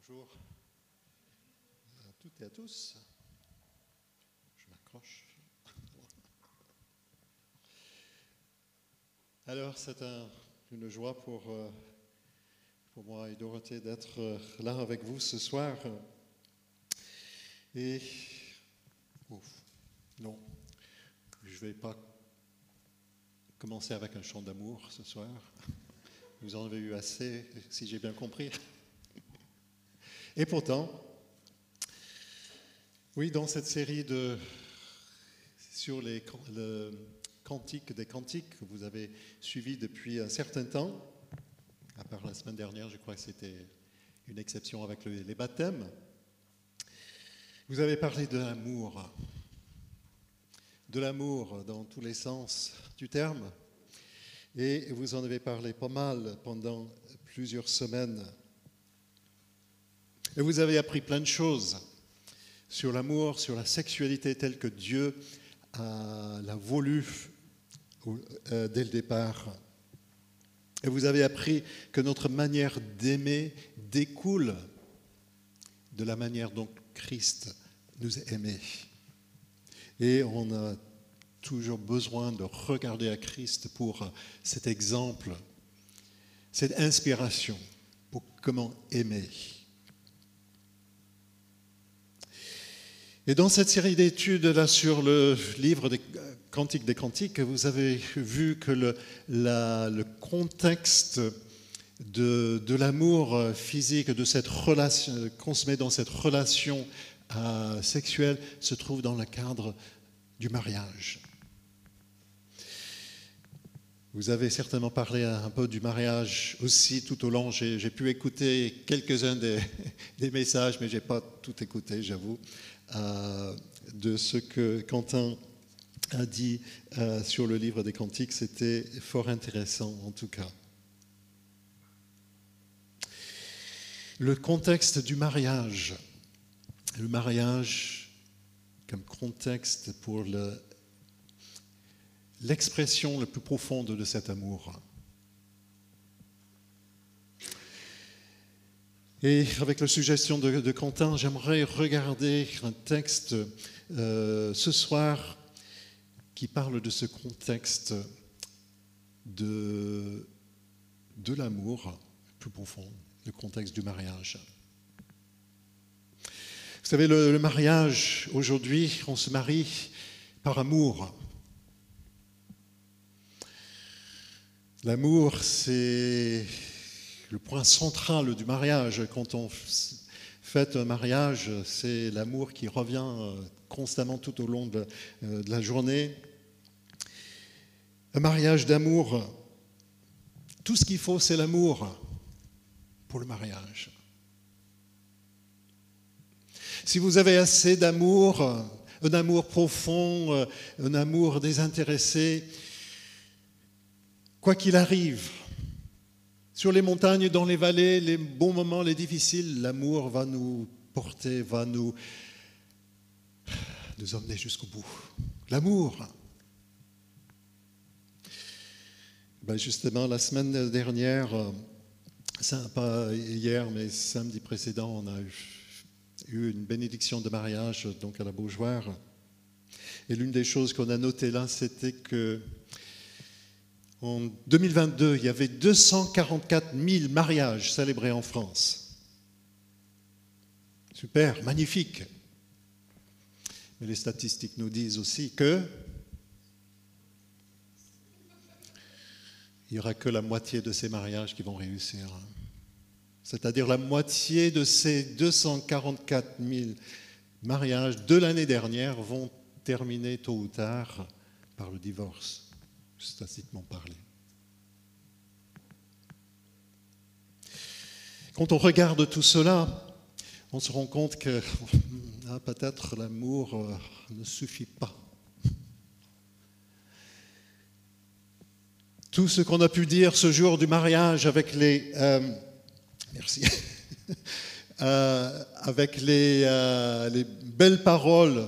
Bonjour à toutes et à tous. Je m'accroche. Alors, c'est une joie pour moi et Dorothée d'être là avec vous ce soir. Et, non, je ne vais pas commencer avec un chant d'amour ce soir. Vous en avez eu assez, si j'ai bien compris. Et pourtant, oui, dans cette série sur le cantique des cantiques que vous avez suivi depuis un certain temps, à part la semaine dernière, je crois que c'était une exception avec les baptêmes, vous avez parlé de l'amour dans tous les sens du terme, et vous en avez parlé pas mal pendant plusieurs semaines. Et vous avez appris plein de choses sur l'amour, sur la sexualité telle que Dieu l'a voulu dès le départ. Et vous avez appris que notre manière d'aimer découle de la manière dont Christ nous a aimés. Et on a toujours besoin de regarder à Christ pour cet exemple, cette inspiration pour comment aimer. Et dans cette série d'études là sur le livre des Cantiques des Cantiques, vous avez vu que le contexte de l'amour physique, de cette relation qu'on se met dans cette relation sexuelle, se trouve dans le cadre du mariage. Vous avez certainement parlé un peu du mariage aussi tout au long. J'ai pu écouter quelques-uns des messages, mais je n'ai pas tout écouté, j'avoue. De ce que Quentin a dit sur le livre des Cantiques, c'était fort intéressant en tout cas. Le contexte du mariage, le mariage comme contexte pour l'expression la plus profonde de cet amour. Et avec la suggestion de Quentin, j'aimerais regarder un texte ce soir qui parle de ce contexte de l'amour plus profond, le contexte du mariage. Vous savez, le mariage, aujourd'hui, on se marie par amour. L'amour, c'est le point central du mariage. Quand on fait un mariage, c'est l'amour qui revient constamment tout au long de la journée. Un mariage d'amour, tout ce qu'il faut, c'est l'amour pour le mariage. Si vous avez assez d'amour, un amour profond, un amour désintéressé, quoi qu'il arrive, sur les montagnes, dans les vallées, les bons moments, les difficiles, l'amour va nous porter, va nous emmener jusqu'au bout. L'amour. Justement, la semaine dernière, pas hier, mais samedi précédent, on a eu une bénédiction de mariage donc à la Beaujoire. Et l'une des choses qu'on a notées là, c'était que en 2022, il y avait 244 000 mariages célébrés en France. Super, magnifique. Mais les statistiques nous disent aussi que il n'y aura que la moitié de ces mariages qui vont réussir. C'est-à-dire la moitié de ces 244 000 mariages de l'année dernière vont terminer tôt ou tard par le divorce. Statistiquement parlé. Quand on regarde tout cela, on se rend compte que peut-être l'amour ne suffit pas. Tout ce qu'on a pu dire ce jour du mariage avec les avec les belles paroles.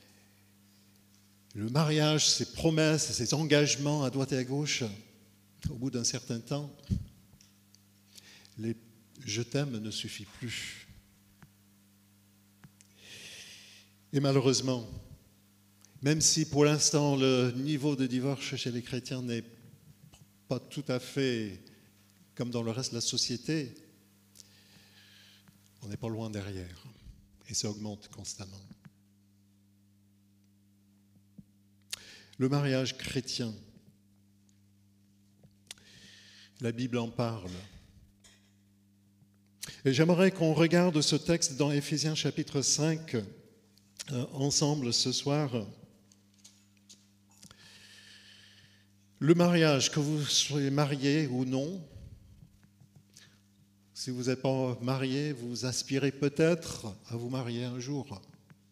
Le mariage, ses promesses, ses engagements à droite et à gauche, au bout d'un certain temps, les « je t'aime » ne suffit plus. Et malheureusement, même si pour l'instant le niveau de divorce chez les chrétiens n'est pas tout à fait comme dans le reste de la société, on n'est pas loin derrière. Et ça augmente constamment. Le mariage chrétien, la Bible en parle. Et j'aimerais qu'on regarde ce texte dans Éphésiens chapitre 5 ensemble ce soir. Le mariage, que vous soyez marié ou non, si vous n'êtes pas marié, vous aspirez peut-être à vous marier un jour.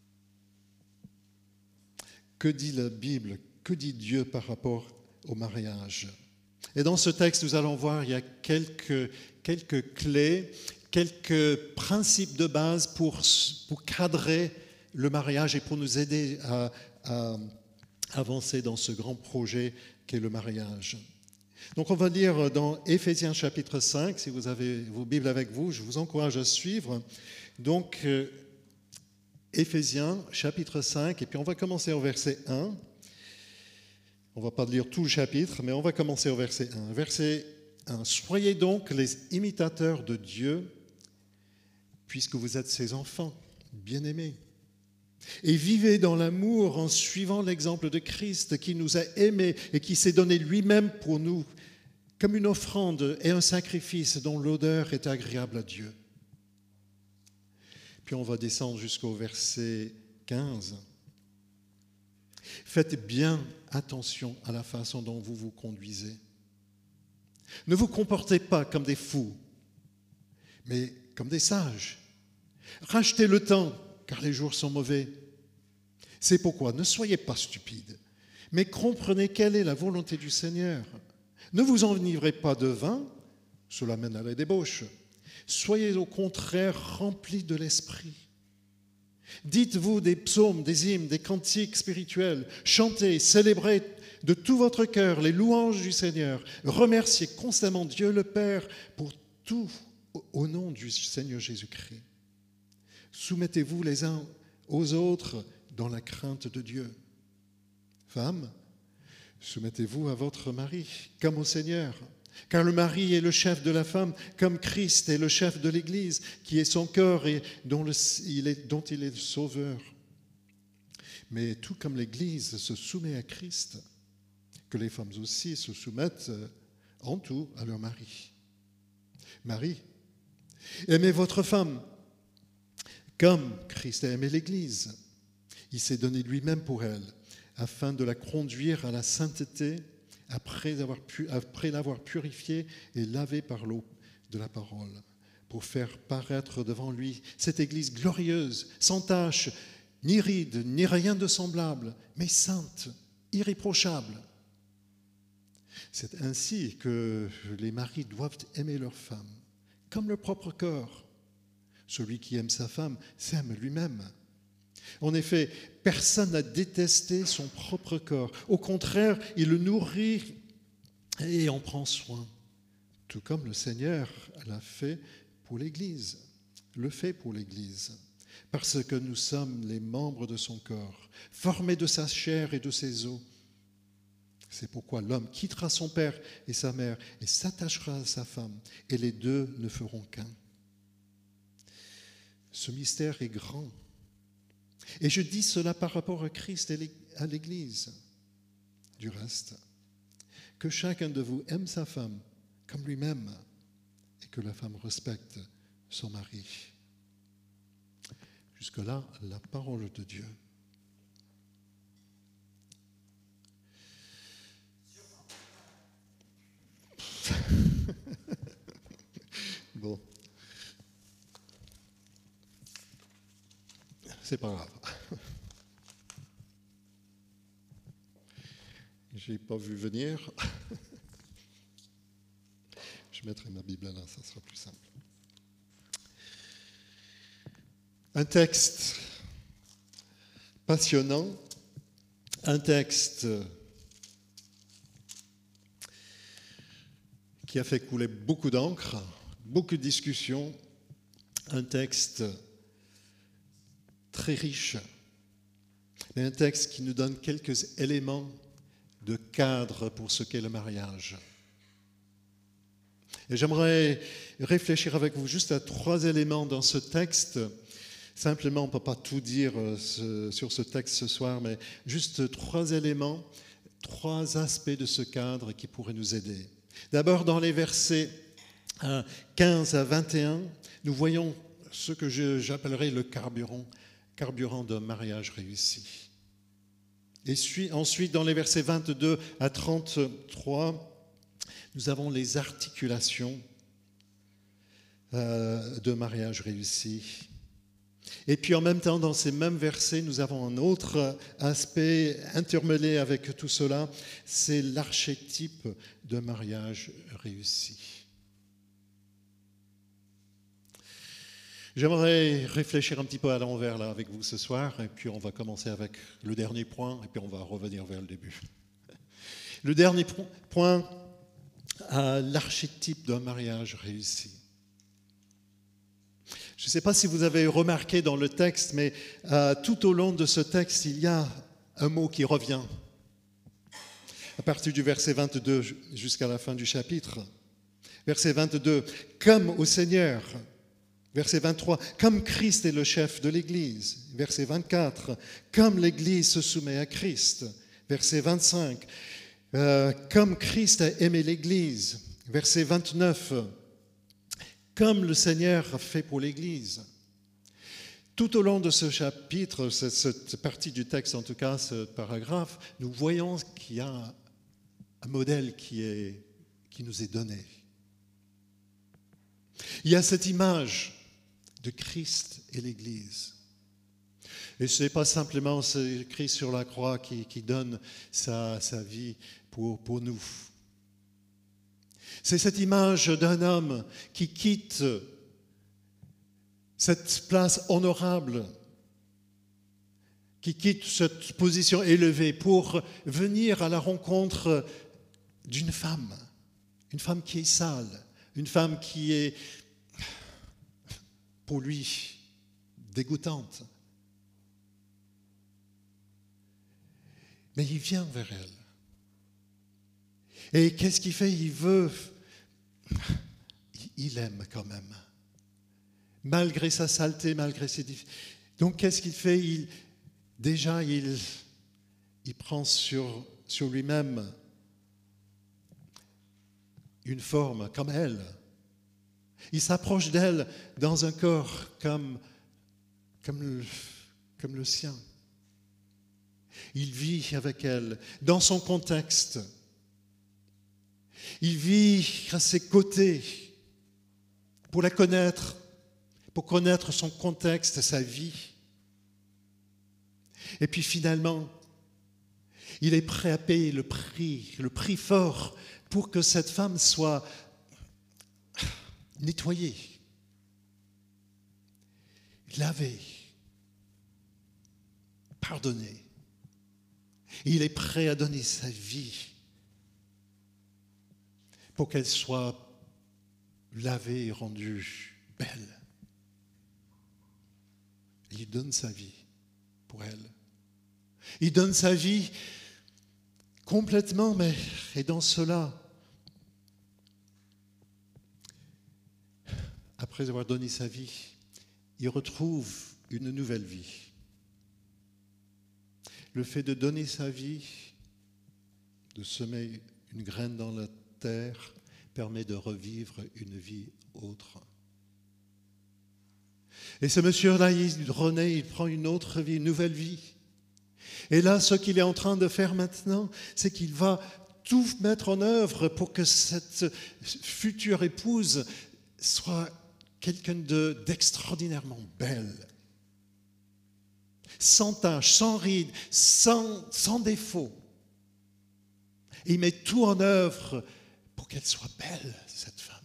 Que dit la Bible? Que dit Dieu par rapport au mariage? Et dans ce texte, nous allons voir, il y a quelques clés, quelques principes de base pour cadrer le mariage et pour nous aider à avancer dans ce grand projet qu'est le mariage. Donc on va lire dans Éphésiens chapitre 5, si vous avez vos Bibles avec vous, je vous encourage à suivre. Donc Éphésiens chapitre 5, et puis on va commencer au verset 1. On ne va pas lire tout le chapitre, mais on va commencer au verset 1. Verset 1. Soyez donc les imitateurs de Dieu, puisque vous êtes ses enfants, bien-aimés. Et vivez dans l'amour en suivant l'exemple de Christ qui nous a aimés et qui s'est donné lui-même pour nous comme une offrande et un sacrifice dont l'odeur est agréable à Dieu. Puis on va descendre jusqu'au verset 15. Faites bien attention à la façon dont vous vous conduisez. Ne vous comportez pas comme des fous, mais comme des sages. Rachetez le temps, car les jours sont mauvais. C'est pourquoi ne soyez pas stupides, mais comprenez quelle est la volonté du Seigneur. Ne vous enivrez pas de vin, cela mène à la débauche. Soyez au contraire remplis de l'esprit. Dites-vous des psaumes, des hymnes, des cantiques spirituels. Chantez, célébrez de tout votre cœur les louanges du Seigneur. Remerciez constamment Dieu le Père pour tout au nom du Seigneur Jésus-Christ. Soumettez-vous les uns aux autres dans la crainte de Dieu. Femmes, soumettez-vous à votre mari comme au Seigneur. Car le mari est le chef de la femme, comme Christ est le chef de l'Église, qui est son corps et dont il est le sauveur. Mais tout comme l'Église se soumet à Christ, que les femmes aussi se soumettent en tout à leur mari. Mari, aimez votre femme, comme Christ a aimé l'Église. Il s'est donné lui-même pour elle, afin de la conduire à la sainteté, après l'avoir purifiée et lavée par l'eau de la parole, pour faire paraître devant lui cette Église glorieuse, sans tache, ni ride, ni rien de semblable, mais sainte, irréprochable. C'est ainsi que les maris doivent aimer leur femme, comme leur propre corps. Celui qui aime sa femme s'aime lui-même. En effet, personne n'a détesté son propre corps. Au contraire, il le nourrit et en prend soin, tout comme le Seigneur l'a fait pour l'Église, le fait pour l'Église, parce que nous sommes les membres de son corps, formés de sa chair et de ses os. C'est pourquoi l'homme quittera son père et sa mère et s'attachera à sa femme, et les deux ne feront qu'un. Ce mystère est grand. Et je dis cela par rapport à Christ et à l'Église. Du reste, que chacun de vous aime sa femme comme lui-même et que la femme respecte son mari. Jusque-là, la parole de Dieu. Bon. C'est pas grave. J'ai pas vu venir. Je mettrai ma Bible là, ça sera plus simple. Un texte passionnant, un texte qui a fait couler beaucoup d'encre, beaucoup de discussions, un texte très riche mais un texte qui nous donne quelques éléments de cadre pour ce qu'est le mariage. Et j'aimerais réfléchir avec vous juste à 3 éléments dans ce texte. Simplement, on ne peut pas tout dire sur ce texte ce soir, mais juste 3 éléments, 3 aspects de ce cadre qui pourraient nous aider. D'abord, dans les versets 15 à 21, nous voyons ce que j'appellerais le carburant d'un mariage réussi. Et ensuite, dans les versets 22 à 33, nous avons les articulations de mariage réussi. Et puis en même temps, dans ces mêmes versets, nous avons un autre aspect intermêlé avec tout cela, c'est l'archétype de mariage réussi. J'aimerais réfléchir un petit peu à l'envers là avec vous ce soir, et puis on va commencer avec le dernier point, et puis on va revenir vers le début. Le dernier point, l'archétype d'un mariage réussi. Je ne sais pas si vous avez remarqué dans le texte, mais tout au long de ce texte, il y a un mot qui revient. À partir du verset 22 jusqu'à la fin du chapitre. Verset 22, comme au Seigneur. Verset 23, comme Christ est le chef de l'Église. Verset 24, comme l'Église se soumet à Christ. Verset 25, comme Christ a aimé l'Église. Verset 29, comme le Seigneur a fait pour l'Église. Tout au long de ce chapitre, cette partie du texte en tout cas, ce paragraphe, nous voyons qu'il y a un modèle qui nous est donné. Il y a cette image de Christ et l'Église. Et ce n'est pas simplement Christ sur la croix qui donne sa vie pour nous. C'est cette image d'un homme qui quitte cette place honorable, qui quitte cette position élevée pour venir à la rencontre d'une femme, une femme qui est sale, une femme qui est, pour lui, dégoûtante. Mais il vient vers elle. Et qu'est-ce qu'il fait? Il aime quand même. Malgré sa saleté, malgré ses difficultés. Donc qu'est-ce qu'il fait? Il prend sur lui-même une forme comme elle. Il s'approche d'elle dans un corps comme le sien. Il vit avec elle dans son contexte. Il vit à ses côtés pour la connaître, pour connaître son contexte, sa vie. Et puis finalement, il est prêt à payer le prix fort pour que cette femme soit nettoyée, lavée, pardonnée. Et il est prêt à donner sa vie pour qu'elle soit lavée et rendue belle. Il donne sa vie pour elle. Il donne sa vie complètement, et dans cela, après avoir donné sa vie, il retrouve une nouvelle vie. Le fait de donner sa vie, de semer une graine dans la terre, permet de revivre une vie autre. Et ce monsieur-là, il renaît, il prend une autre vie, une nouvelle vie. Et là, ce qu'il est en train de faire maintenant, c'est qu'il va tout mettre en œuvre pour que cette future épouse soit quelqu'un d'extraordinairement belle. Sans tache, sans ride, sans défaut. Et il met tout en œuvre pour qu'elle soit belle, cette femme.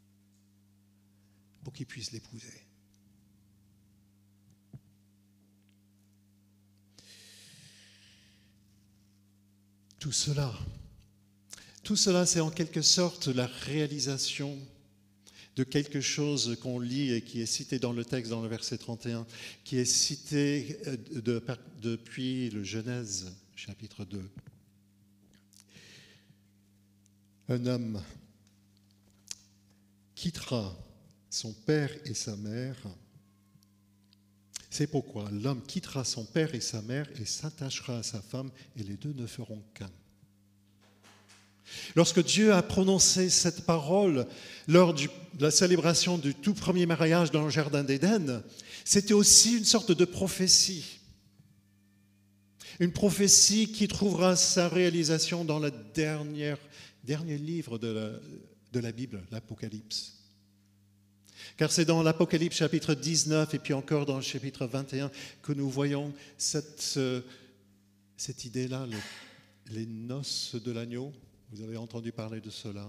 Pour qu'il puisse l'épouser. Tout cela, c'est en quelque sorte la réalisation de quelque chose qu'on lit et qui est cité dans le texte, dans le verset 31, qui est cité depuis le Genèse, chapitre 2. Un homme quittera son père et sa mère. C'est pourquoi l'homme quittera son père et sa mère et s'attachera à sa femme, et les deux ne feront qu'un. Lorsque Dieu a prononcé cette parole lors de la célébration du tout premier mariage dans le jardin d'Éden, c'était aussi une sorte de prophétie. Une prophétie qui trouvera sa réalisation dans le dernier livre de la Bible, l'Apocalypse. Car c'est dans l'Apocalypse chapitre 19 et puis encore dans le chapitre 21 que nous voyons cette idée-là, les noces de l'agneau. Vous avez entendu parler de cela.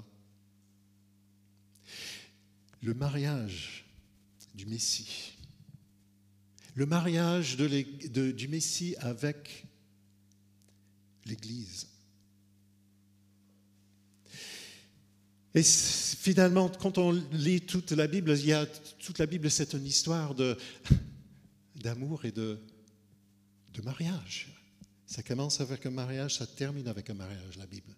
Le mariage du Messie. Le mariage du Messie avec l'Église. Et finalement, quand on lit toute la Bible, toute la Bible, c'est une histoire d'amour et de mariage. Ça commence avec un mariage, ça termine avec un mariage, la Bible.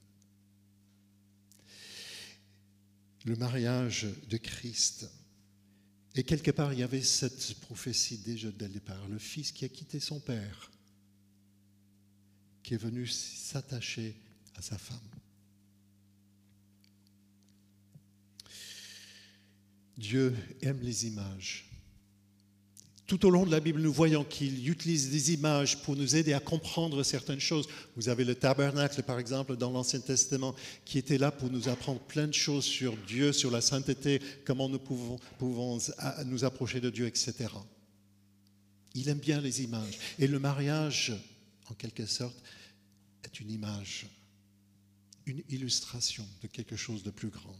Le mariage de Christ. Et quelque part, il y avait cette prophétie déjà dès le départ. Le fils qui a quitté son père, qui est venu s'attacher à sa femme. Dieu aime les images. Tout au long de la Bible, nous voyons qu'il utilise des images pour nous aider à comprendre certaines choses. Vous avez le tabernacle, par exemple, dans l'Ancien Testament, qui était là pour nous apprendre plein de choses sur Dieu, sur la sainteté, comment nous pouvons nous approcher de Dieu, etc. Il aime bien les images. Et le mariage, en quelque sorte, est une image, une illustration de quelque chose de plus grand.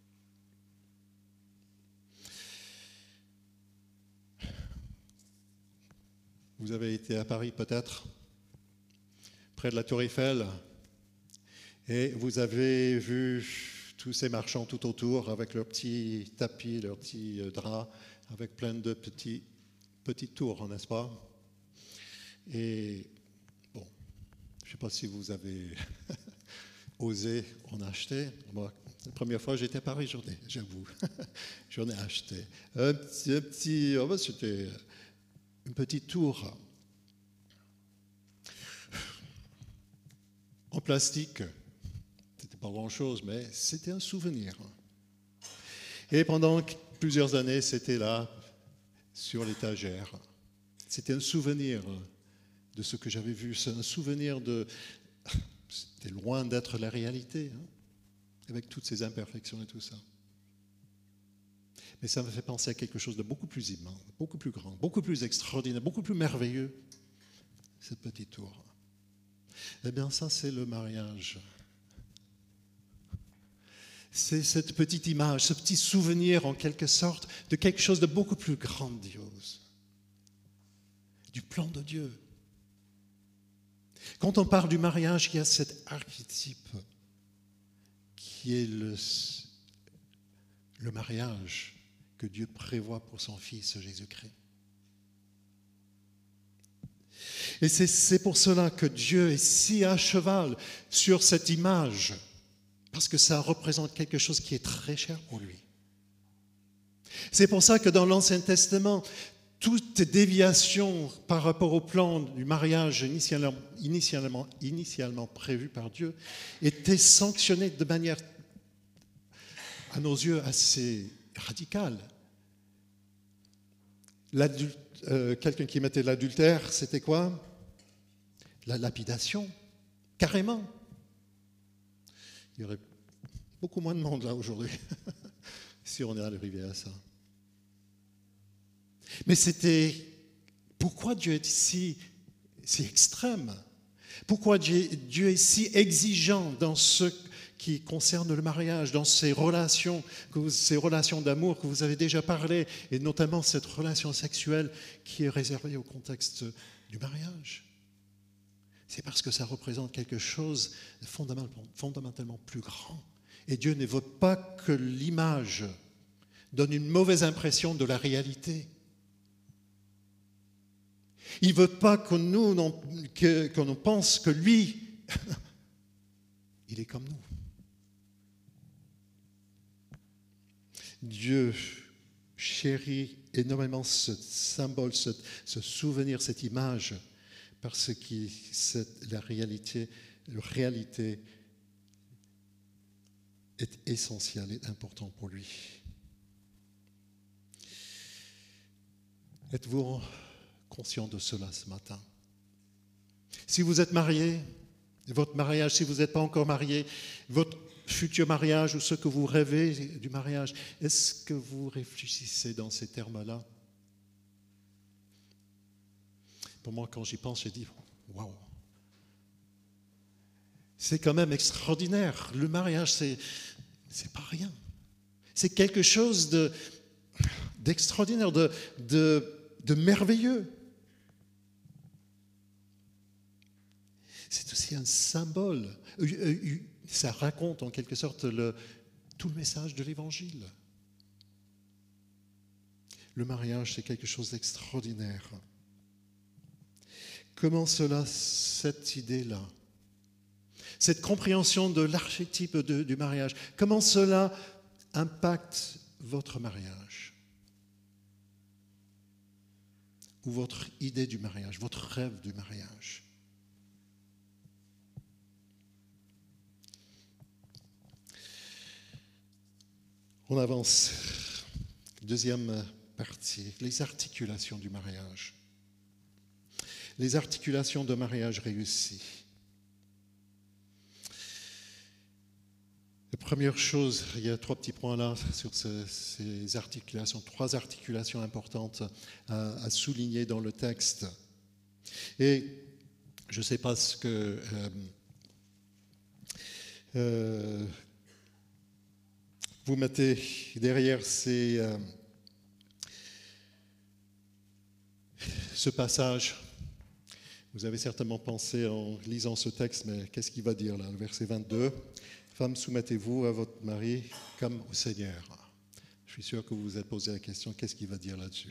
Vous avez été à Paris peut-être, près de la Tour Eiffel, et vous avez vu tous ces marchands tout autour avec leurs petits tapis, leurs petits draps, avec plein de petites tours, n'est-ce pas? Et bon, je ne sais pas si vous avez osé en acheter. Moi, la première fois j'étais à Paris, j'avoue, j'en ai acheté. C'était une petite tour en plastique. C'était pas grand-chose, mais c'était un souvenir. Et pendant plusieurs années, c'était là, sur l'étagère. C'était un souvenir de ce que j'avais vu. C'est un souvenir de... C'était loin d'être la réalité, hein, avec toutes ces imperfections et tout ça. Mais ça me fait penser à quelque chose de beaucoup plus immense, beaucoup plus grand, beaucoup plus extraordinaire, beaucoup plus merveilleux, cette petite tour. Eh bien, ça, c'est le mariage. C'est cette petite image, ce petit souvenir, en quelque sorte, de quelque chose de beaucoup plus grandiose, du plan de Dieu. Quand on parle du mariage, il y a cet archétype qui est le mariage que Dieu prévoit pour son Fils Jésus-Christ. Et c'est pour cela que Dieu est si à cheval sur cette image, parce que ça représente quelque chose qui est très cher pour lui. C'est pour ça que dans l'Ancien Testament, toute déviation par rapport au plan du mariage initialement prévu par Dieu était sanctionnée de manière, à nos yeux, assez radicale. Quelqu'un qui mettait l'adultère, c'était quoi? La lapidation, carrément. Il y aurait beaucoup moins de monde là aujourd'hui, si on est arrivé à ça. Mais c'était... Pourquoi Dieu est si extrême? Pourquoi Dieu est si exigeant dans ce qui concerne le mariage, dans ces relations d'amour que vous avez déjà parlé, et notamment cette relation sexuelle qui est réservée au contexte du mariage? C'est parce que ça représente quelque chose de fondamentalement plus grand. Et Dieu ne veut pas que l'image donne une mauvaise impression de la réalité. Il ne veut pas qu'on pense que lui, il est comme nous. Dieu chérit énormément ce symbole, ce souvenir, cette image, parce que la réalité est essentielle et importante pour lui. Êtes-vous conscient de cela ce matin? Si vous êtes marié, votre mariage, si vous n'êtes pas encore marié, votre futur mariage ou ce que vous rêvez du mariage, est-ce que vous réfléchissez dans ces termes-là? Pour moi, quand j'y pense, je dis, waouh, c'est quand même extraordinaire. Le mariage, c'est pas rien. C'est quelque chose d'extraordinaire, de merveilleux. C'est aussi un symbole. Ça raconte en quelque sorte tout le message de l'Évangile. Le mariage, c'est quelque chose d'extraordinaire. Comment cela, cette idée-là, cette compréhension de l'archétype du mariage, comment cela impacte votre mariage? Ou votre idée du mariage, votre rêve du mariage? On avance. Deuxième partie, les articulations du mariage. Les articulations de mariage réussi. La première chose, il y a 3 petits points là sur ces articulations, 3 articulations importantes à souligner dans le texte. Et je ne sais pas ce que vous mettez derrière ce passage. Vous avez certainement pensé en lisant ce texte, mais qu'est-ce qu'il va dire là, le verset 22 ? Femmes, soumettez-vous à votre mari comme au Seigneur. Je suis sûr que vous vous êtes posé la question, qu'est-ce qu'il va dire là-dessus?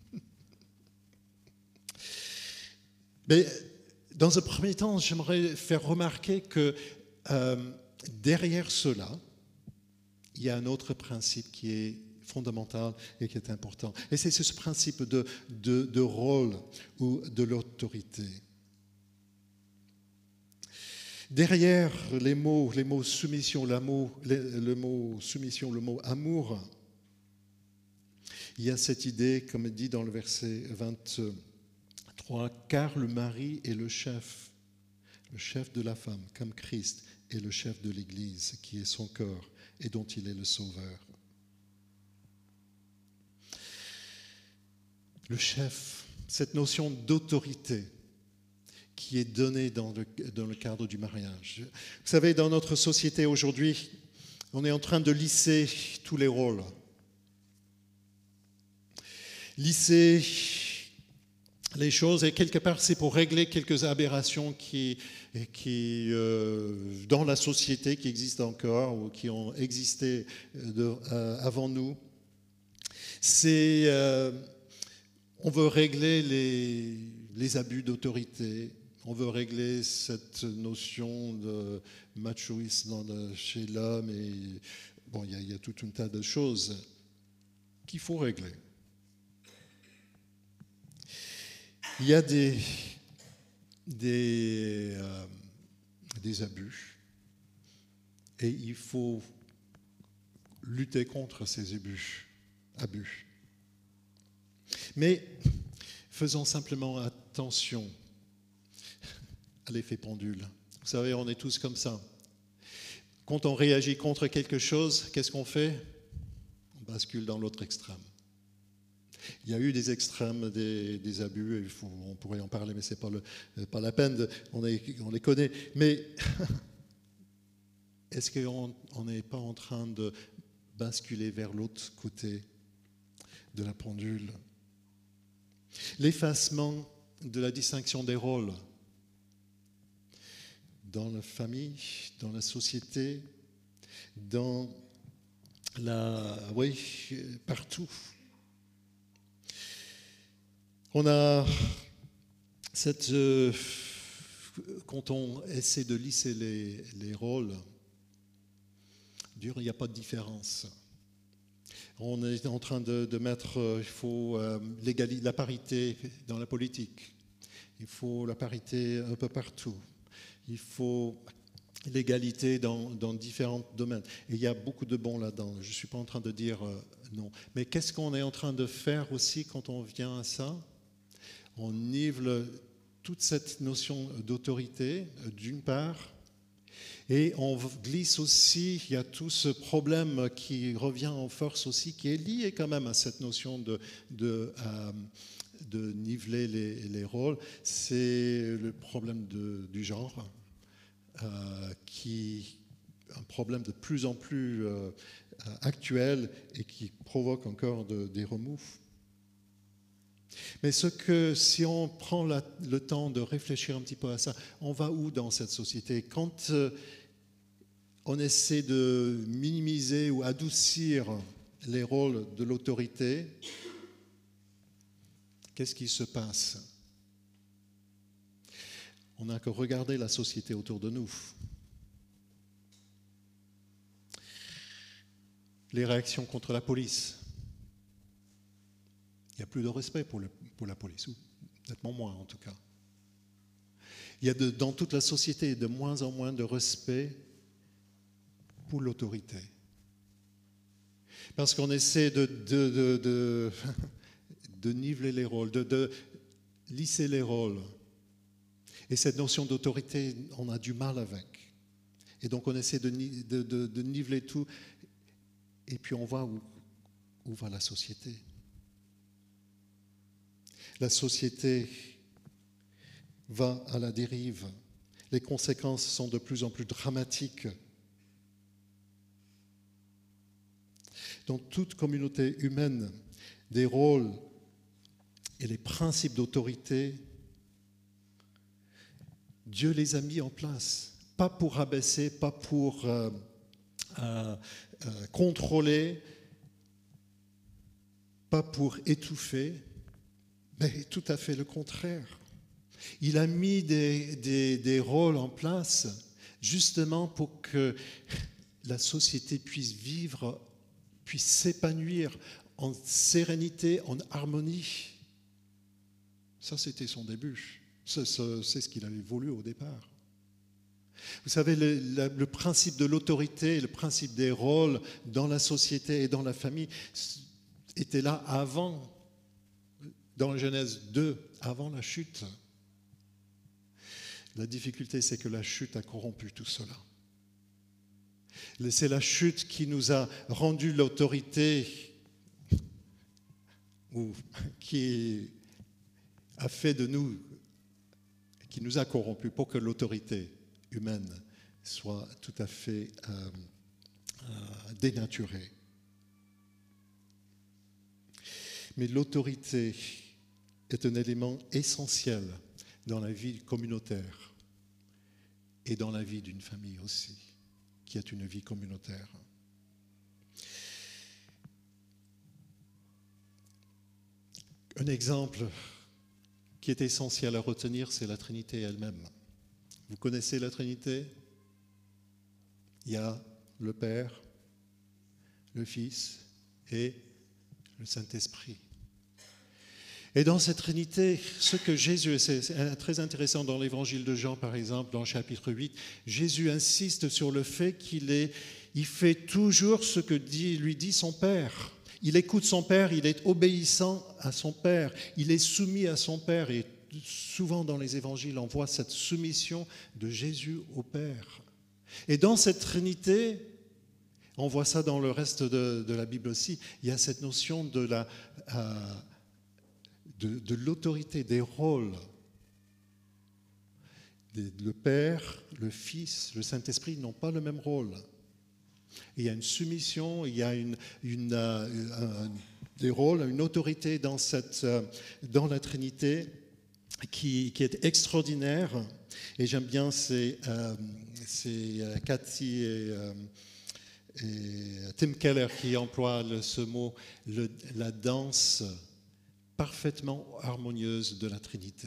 Mais dans un premier temps, j'aimerais faire remarquer que derrière cela, il y a un autre principe qui est fondamental et qui est important. Et c'est ce principe de rôle ou de l'autorité. Derrière les mots soumission, le mot soumission, le mot amour, il y a cette idée, comme dit dans le verset 23, car le mari est le chef de la femme, comme Christ est le chef de l'Église, qui est son corps et dont il est le sauveur. Le chef, cette notion d'autorité qui est donnée dans le cadre du mariage. Vous savez, dans notre société aujourd'hui, on est en train de lisser tous les rôles. Lisser les choses, et quelque part, c'est pour régler quelques aberrations qui dans la société, qui existent encore ou qui ont existé avant nous. On veut régler les abus d'autorité. On veut régler cette notion de machoïsme chez l'homme. Et bon, il y a tout un tas de choses qu'il faut régler. Il y a des abus et il faut lutter contre ces abus. Mais faisons simplement attention à l'effet pendule. Vous savez, on est tous comme ça. Quand on réagit contre quelque chose, qu'est-ce qu'on fait? On bascule dans l'autre extrême. Il y a eu des extrêmes, des abus, on pourrait en parler, mais ce n'est pas la peine, on les connaît. Mais est-ce qu'on n'est pas en train de basculer vers l'autre côté de la pendule? L'effacement de la distinction des rôles dans la famille, dans la société, dans oui, partout. On a cette... quand on essaie de lisser les rôles, il n'y a pas de différence. On est en train de mettre, il faut la parité dans la politique, il faut la parité un peu partout, il faut l'égalité dans différents domaines. Et il y a beaucoup de bons là-dedans, je ne suis pas en train de dire non. Mais qu'est-ce qu'on est en train de faire aussi quand on vient à ça? On nivelle toute cette notion d'autorité, d'une part, et on glisse aussi, il y a tout ce problème qui revient en force aussi, qui est lié quand même à cette notion de niveler les rôles, c'est le problème du genre, qui est un problème de plus en plus actuel et qui provoque encore des remous. Mais si on prend le temps de réfléchir un petit peu à ça, on va où dans cette société? Quand on essaie de minimiser ou adoucir les rôles de l'autorité, qu'est-ce qui se passe? On n'a que regarder la société autour de nous. Les réactions contre la police. Il n'y a plus de respect pour la police, ou nettement moins en tout cas. Il y a dans toute la société de moins en moins de respect pour l'autorité. Parce qu'on essaie de niveler les rôles, de lisser les rôles. Et cette notion d'autorité, on a du mal avec. Et donc on essaie de niveler tout, et puis on voit où va la société. La société va à la dérive. Les conséquences sont de plus en plus dramatiques. Dans toute communauté humaine, des rôles et les principes d'autorité, Dieu les a mis en place. Pas pour abaisser, pas pour contrôler, pas pour étouffer, mais tout à fait le contraire. Il a mis des rôles en place justement pour que la société puisse vivre, puisse s'épanouir en sérénité, en harmonie. Ça, c'était son début. C'est ce qu'il avait voulu au départ. Vous savez, le principe de l'autorité, le principe des rôles dans la société et dans la famille était là avant, dans Genèse 2, avant la chute. La difficulté, c'est que la chute a corrompu tout cela. C'est la chute qui nous a rendu l'autorité, ou qui a fait de nous, qui nous a corrompus pour que l'autorité humaine soit tout à fait dénaturée. Mais l'autorité est un élément essentiel dans la vie communautaire et dans la vie d'une famille aussi, qui est une vie communautaire. Un exemple qui est essentiel à retenir, c'est la Trinité elle-même. Vous connaissez la Trinité? Il y a le Père, le Fils et le Saint-Esprit. Et dans cette Trinité, ce que Jésus, c'est très intéressant dans l'évangile de Jean par exemple, dans le chapitre 8, Jésus insiste sur le fait il fait toujours ce que lui dit son Père. Il écoute son Père, il est obéissant à son Père, il est soumis à son Père. Et souvent dans les évangiles, on voit cette soumission de Jésus au Père. Et dans cette Trinité, on voit ça dans le reste de la Bible aussi, il y a cette notion de l'autorité, des rôles. Le Père, le Fils, le Saint-Esprit n'ont pas le même rôle. Il y a une soumission, il y a des rôles, une autorité dans la Trinité qui est extraordinaire. Et j'aime bien, c'est Cathy et Tim Keller qui emploie ce mot, la danse parfaitement harmonieuse de la Trinité.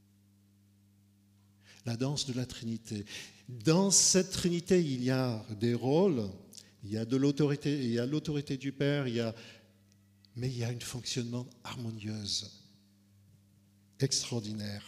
La danse de la Trinité. Dans cette Trinité, il y a des rôles, il y a de l'autorité, il y a l'autorité du Père, mais il y a un fonctionnement harmonieuse, extraordinaire.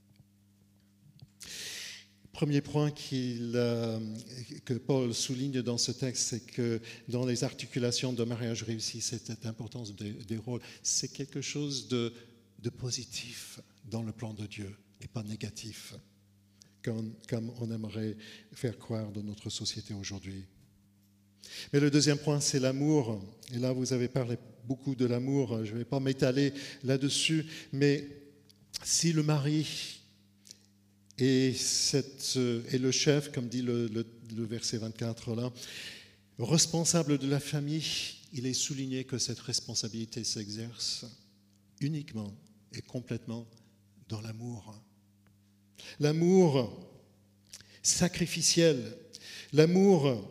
Premier point que Paul souligne dans ce texte, c'est que dans les articulations de mariage réussi, cette importance des rôles, c'est quelque chose de positif dans le plan de Dieu et pas négatif, comme on aimerait faire croire dans notre société aujourd'hui. Mais le deuxième point, c'est l'amour. Et là, vous avez parlé beaucoup de l'amour. Je ne vais pas m'étaler là-dessus, mais si le mari et le chef, comme dit le verset 24 là, responsable de la famille, il est souligné que cette responsabilité s'exerce uniquement et complètement dans l'amour. L'amour sacrificiel, l'amour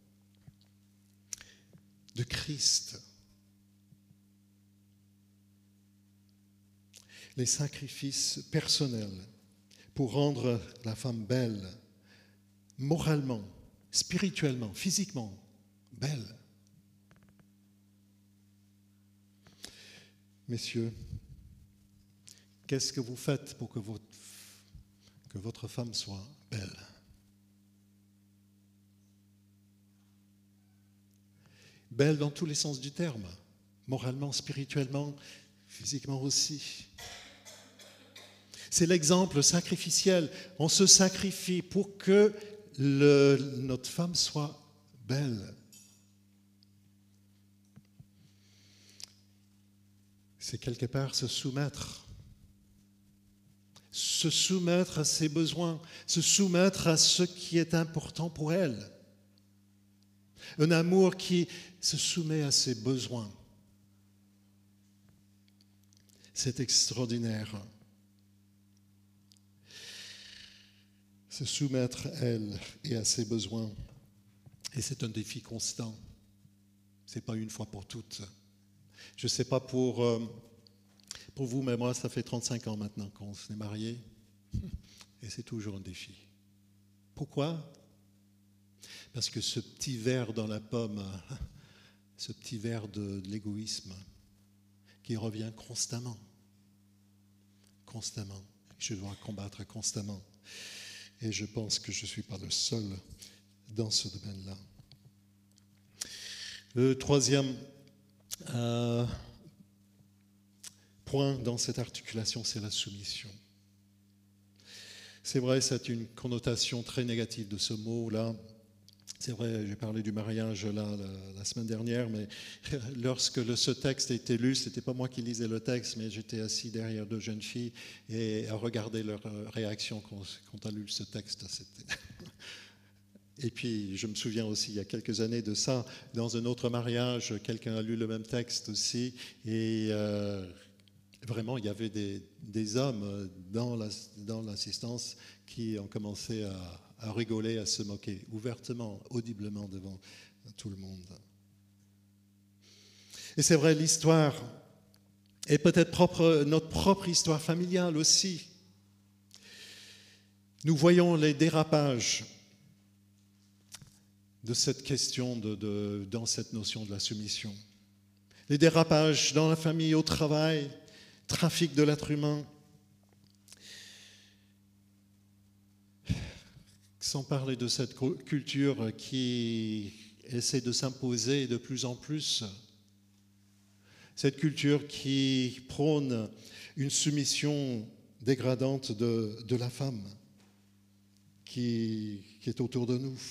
de Christ. Les sacrifices personnels pour rendre la femme belle, moralement, spirituellement, physiquement, belle. Messieurs, qu'est-ce que vous faites pour que votre femme soit belle? Belle dans tous les sens du terme, moralement, spirituellement, physiquement aussi. C'est l'exemple sacrificiel. On se sacrifie pour que notre femme soit belle. C'est quelque part se soumettre à ses besoins, se soumettre à ce qui est important pour elle. Un amour qui se soumet à ses besoins. C'est extraordinaire. Se soumettre à elle et à ses besoins. Et c'est un défi constant. Ce n'est pas une fois pour toutes. Je ne sais pas pour vous, mais moi, ça fait 35 ans maintenant qu'on s'est mariés. Et c'est toujours un défi. Pourquoi? Parce que ce petit verre dans la pomme, ce petit verre de l'égoïsme, qui revient constamment. Constamment. Je dois combattre constamment. Et je pense que je ne suis pas le seul dans ce domaine-là. Le troisième point dans cette articulation, c'est la soumission. C'est vrai, c'est une connotation très négative de ce mot-là. C'est vrai, j'ai parlé du mariage là, la semaine dernière, mais lorsque ce texte a été lu, ce n'était pas moi qui lisais le texte, mais j'étais assis derrière deux jeunes filles et à regarder leur réaction quand on a lu ce texte. Et puis, je me souviens aussi, il y a quelques années de ça, dans un autre mariage, quelqu'un a lu le même texte aussi, et vraiment, il y avait des hommes dans l'assistance qui ont commencé à rigoler, à se moquer, ouvertement, audiblement devant tout le monde. Et c'est vrai, l'histoire est peut-être notre propre histoire familiale aussi. Nous voyons les dérapages de cette question, dans cette notion de la soumission. Les dérapages dans la famille, au travail, trafic de l'être humain. Sans parler de cette culture qui essaie de s'imposer de plus en plus. Cette culture qui prône une soumission dégradante de la femme qui est autour de nous.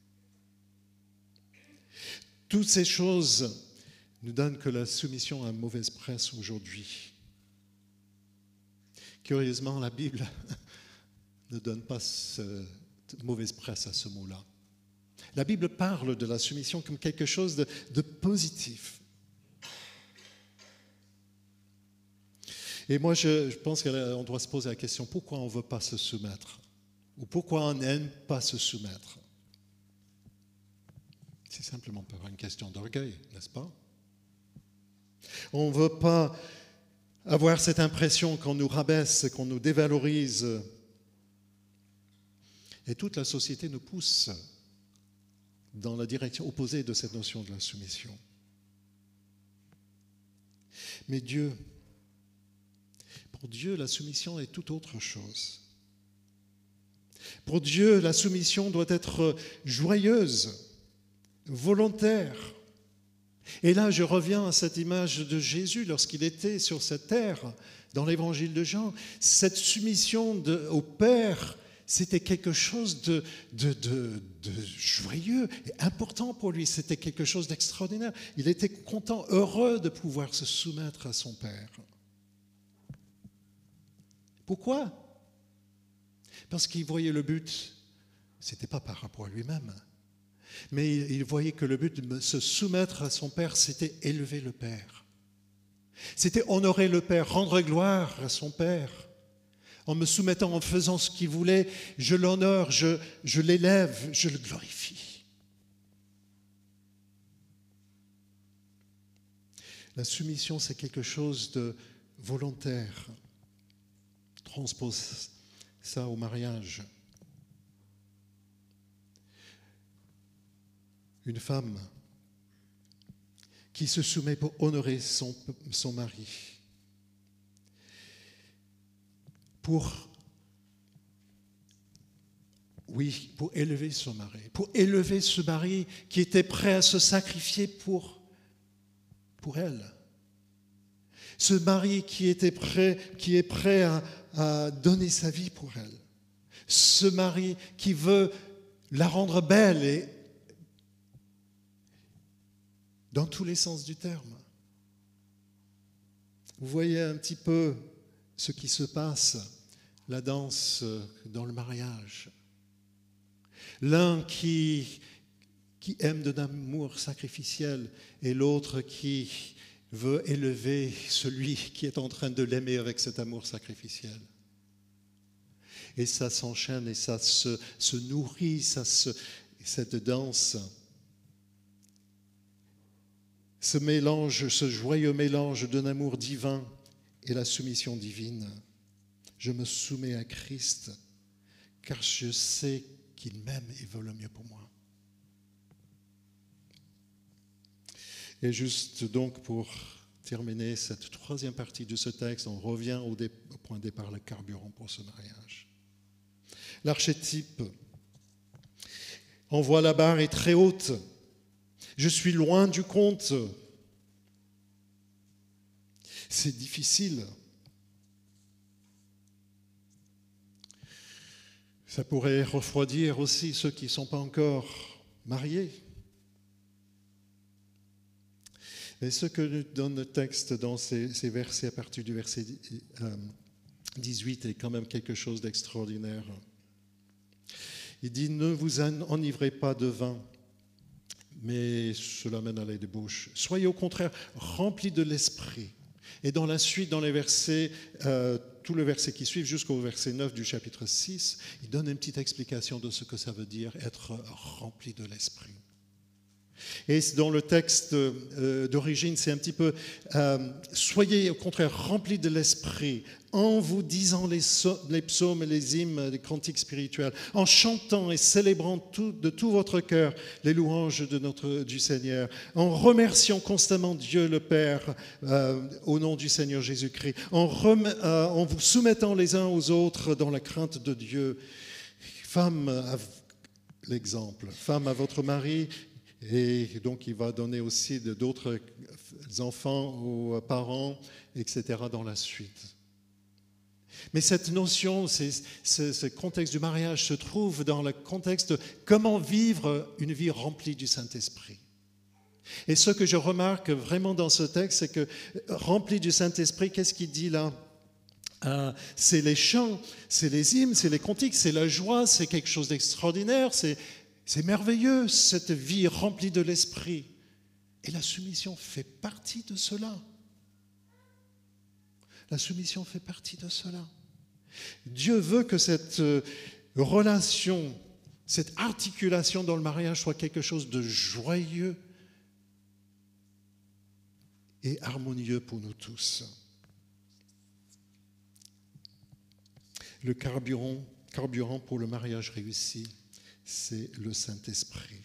Toutes ces choses nous donnent que la soumission a une mauvaise presse aujourd'hui. Curieusement, la Bible ne donne pas mauvaise presse à ce mot-là. La Bible parle de la soumission comme quelque chose de positif. Et moi, je pense qu'on doit se poser la question, pourquoi on ne veut pas se soumettre? Ou pourquoi on n'aime pas se soumettre? C'est simplement pas une question d'orgueil, n'est-ce pas? On ne veut pas avoir cette impression qu'on nous rabaisse, qu'on nous dévalorise. Et toute la société nous pousse dans la direction opposée de cette notion de la soumission. Mais pour Dieu, la soumission est tout autre chose. Pour Dieu, la soumission doit être joyeuse, volontaire. Et là, je reviens à cette image de Jésus lorsqu'il était sur cette terre, dans l'évangile de Jean. Cette soumission au Père, c'était quelque chose de joyeux et important pour lui. C'était quelque chose d'extraordinaire. Il était content, heureux de pouvoir se soumettre à son Père. Pourquoi? Parce qu'il voyait le but, ce n'était pas par rapport à lui-même, mais il voyait que le but de se soumettre à son Père, c'était élever le Père. C'était honorer le Père, rendre gloire à son Père. En me soumettant, en faisant ce qu'il voulait, je l'honore, je l'élève, je le glorifie. La soumission, c'est quelque chose de volontaire. Transpose ça au mariage. Une femme qui se soumet pour honorer son mari, pour élever son mari, pour élever ce mari qui était prêt à se sacrifier pour elle. Ce mari qui est prêt à donner sa vie pour elle. Ce mari qui veut la rendre belle et dans tous les sens du terme. Vous voyez un petit peu ce qui se passe, la danse dans le mariage. L'un qui aime d'un amour sacrificiel et l'autre qui veut élever celui qui est en train de l'aimer avec cet amour sacrificiel. Et ça s'enchaîne et ça se nourrit, cette danse. Ce mélange, ce joyeux mélange d'un amour divin et la soumission divine. Je me soumets à Christ car je sais qu'il m'aime et veut le mieux pour moi. Et juste donc pour terminer cette troisième partie de ce texte, on revient au point de départ, le carburant pour ce mariage. L'archétype, on voit la barre est très haute. Je suis loin du compte. C'est difficile. Ça pourrait refroidir aussi ceux qui ne sont pas encore mariés. Et ce que nous donne le texte dans ces versets, à partir du verset 18, est quand même quelque chose d'extraordinaire. Il dit « Ne vous enivrez pas de vin, mais cela mène à la débauche. Soyez au contraire remplis de l'esprit. » Et dans la suite, dans les versets, tout le verset qui suit, jusqu'au verset 9 du chapitre 6, il donne une petite explication de ce que ça veut dire être rempli de l'esprit. Et dans le texte d'origine, c'est un petit peu « Soyez au contraire remplis de l'esprit en vous disant les psaumes et les hymnes, les cantiques spirituels, en chantant et célébrant de tout votre cœur les louanges du Seigneur, en remerciant constamment Dieu le Père au nom du Seigneur Jésus-Christ, en vous soumettant les uns aux autres dans la crainte de Dieu. Femme, l'exemple, femme à votre mari. » Et donc, il va donner aussi d'autres enfants aux parents, etc. dans la suite. Mais cette notion, ce contexte du mariage se trouve dans le contexte de comment vivre une vie remplie du Saint-Esprit. Et ce que je remarque vraiment dans ce texte, c'est que rempli du Saint-Esprit, qu'est-ce qu'il dit là ? C'est les chants, c'est les hymnes, c'est les cantiques, c'est la joie, c'est quelque chose d'extraordinaire, c'est merveilleux, cette vie remplie de l'esprit. Et la soumission fait partie de cela. La soumission fait partie de cela. Dieu veut que cette relation, cette articulation dans le mariage soit quelque chose de joyeux et harmonieux pour nous tous. Le carburant pour le mariage réussi, c'est le Saint-Esprit.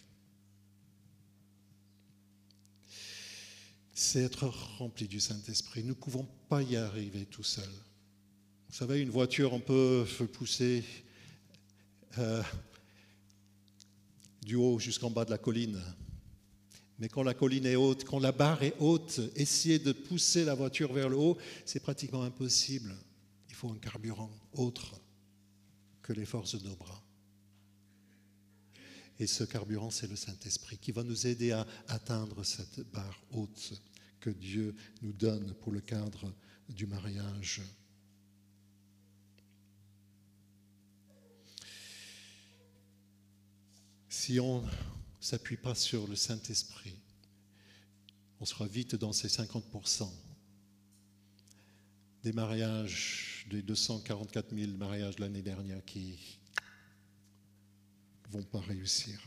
C'est être rempli du Saint-Esprit. Nous ne pouvons pas y arriver tout seuls. Vous savez, une voiture, on peut pousser du haut jusqu'en bas de la colline. Mais quand la colline est haute, quand la barre est haute, essayer de pousser la voiture vers le haut, c'est pratiquement impossible. Il faut un carburant autre que les forces de nos bras. Et ce carburant, c'est le Saint-Esprit qui va nous aider à atteindre cette barre haute que Dieu nous donne pour le cadre du mariage. Si on ne s'appuie pas sur le Saint-Esprit, on sera vite dans ces 50% des mariages, des 244 000 mariages de l'année dernière qui ne vont pas réussir.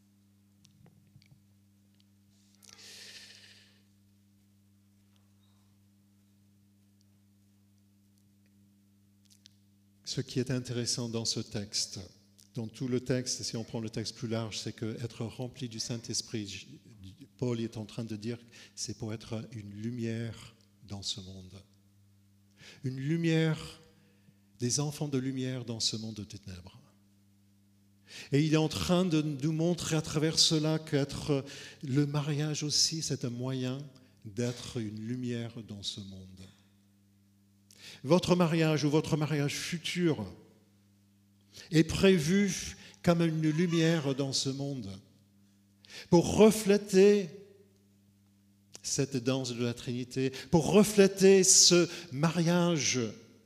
Ce qui est intéressant dans ce texte, dans tout le texte, si on prend le texte plus large, c'est qu'être rempli du Saint-Esprit, Paul est en train de dire, c'est pour être une lumière dans ce monde. Une lumière, des enfants de lumière dans ce monde de ténèbres. Et il est en train de nous montrer à travers cela qu'être le mariage aussi, c'est un moyen d'être une lumière dans ce monde. Votre mariage ou votre mariage futur est prévu comme une lumière dans ce monde pour refléter cette danse de la Trinité, pour refléter ce mariage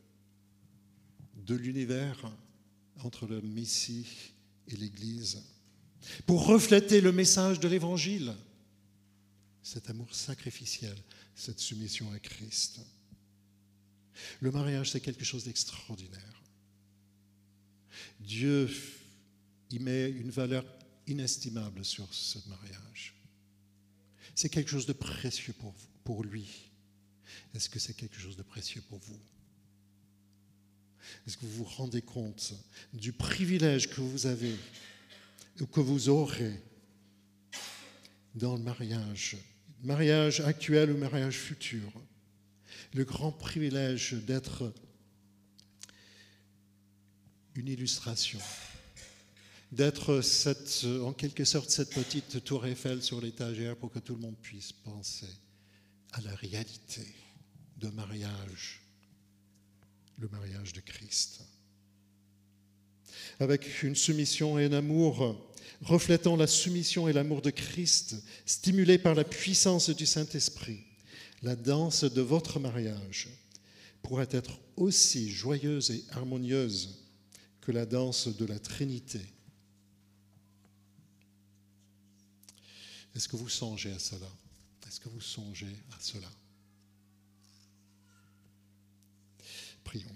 de l'univers entre le Messie et l'Église, pour refléter le message de l'Évangile, cet amour sacrificiel, cette soumission à Christ. Le mariage, c'est quelque chose d'extraordinaire. Dieu y met une valeur inestimable sur ce mariage. C'est quelque chose de précieux pour lui. Est-ce que c'est quelque chose de précieux pour vous? Est-ce que vous vous rendez compte du privilège que vous avez ou que vous aurez dans le mariage actuel ou mariage futur? Le grand privilège d'être une illustration, d'être en quelque sorte cette petite tour Eiffel sur l'étagère pour que tout le monde puisse penser à la réalité de mariage, le mariage de Christ. Avec une soumission et un amour reflétant la soumission et l'amour de Christ, stimulés par la puissance du Saint-Esprit, la danse de votre mariage pourrait être aussi joyeuse et harmonieuse que la danse de la Trinité. Est-ce que vous songez à cela? Est-ce que vous songez à cela? Prions.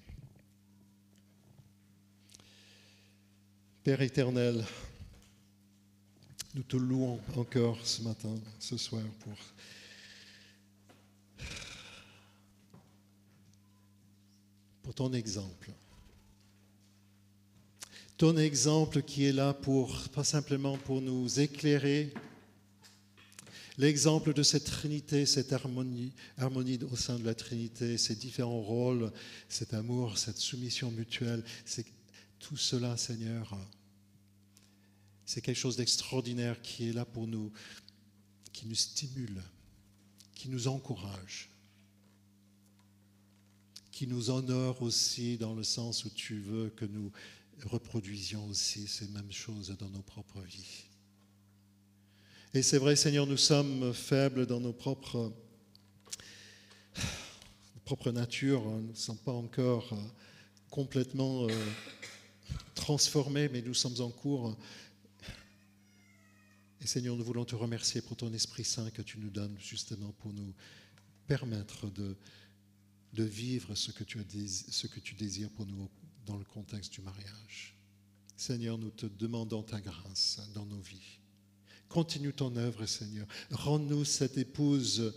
Père éternel, nous te louons encore ce matin, ce soir, pour ton exemple. Ton exemple qui est là pas simplement pour nous éclairer, l'exemple de cette Trinité, cette harmonie au sein de la Trinité, ces différents rôles, cet amour, cette soumission mutuelle, c'est tout cela, Seigneur, c'est quelque chose d'extraordinaire qui est là pour nous, qui nous stimule, qui nous encourage, qui nous honore aussi dans le sens où tu veux que nous reproduisions aussi ces mêmes choses dans nos propres vies. Et c'est vrai, Seigneur, nous sommes faibles dans nos propres natures. Nous ne sommes pas encore complètement transformés, mais nous sommes en cours. Et Seigneur, nous voulons te remercier pour ton Esprit Saint que tu nous donnes justement pour nous permettre de vivre ce que tu désires pour nous dans le contexte du mariage. Seigneur, nous te demandons ta grâce dans nos vies. Continue ton œuvre, Seigneur. Rends-nous cette épouse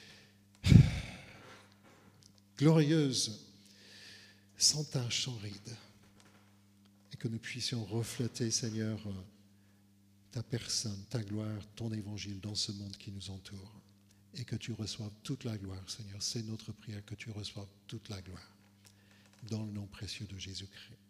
glorieuse, sans tache, sans ride. Et que nous puissions refléter, Seigneur, ta personne, ta gloire, ton évangile dans ce monde qui nous entoure. Et que tu reçoives toute la gloire, Seigneur. C'est notre prière, que tu reçoives toute la gloire. Dans le nom précieux de Jésus-Christ.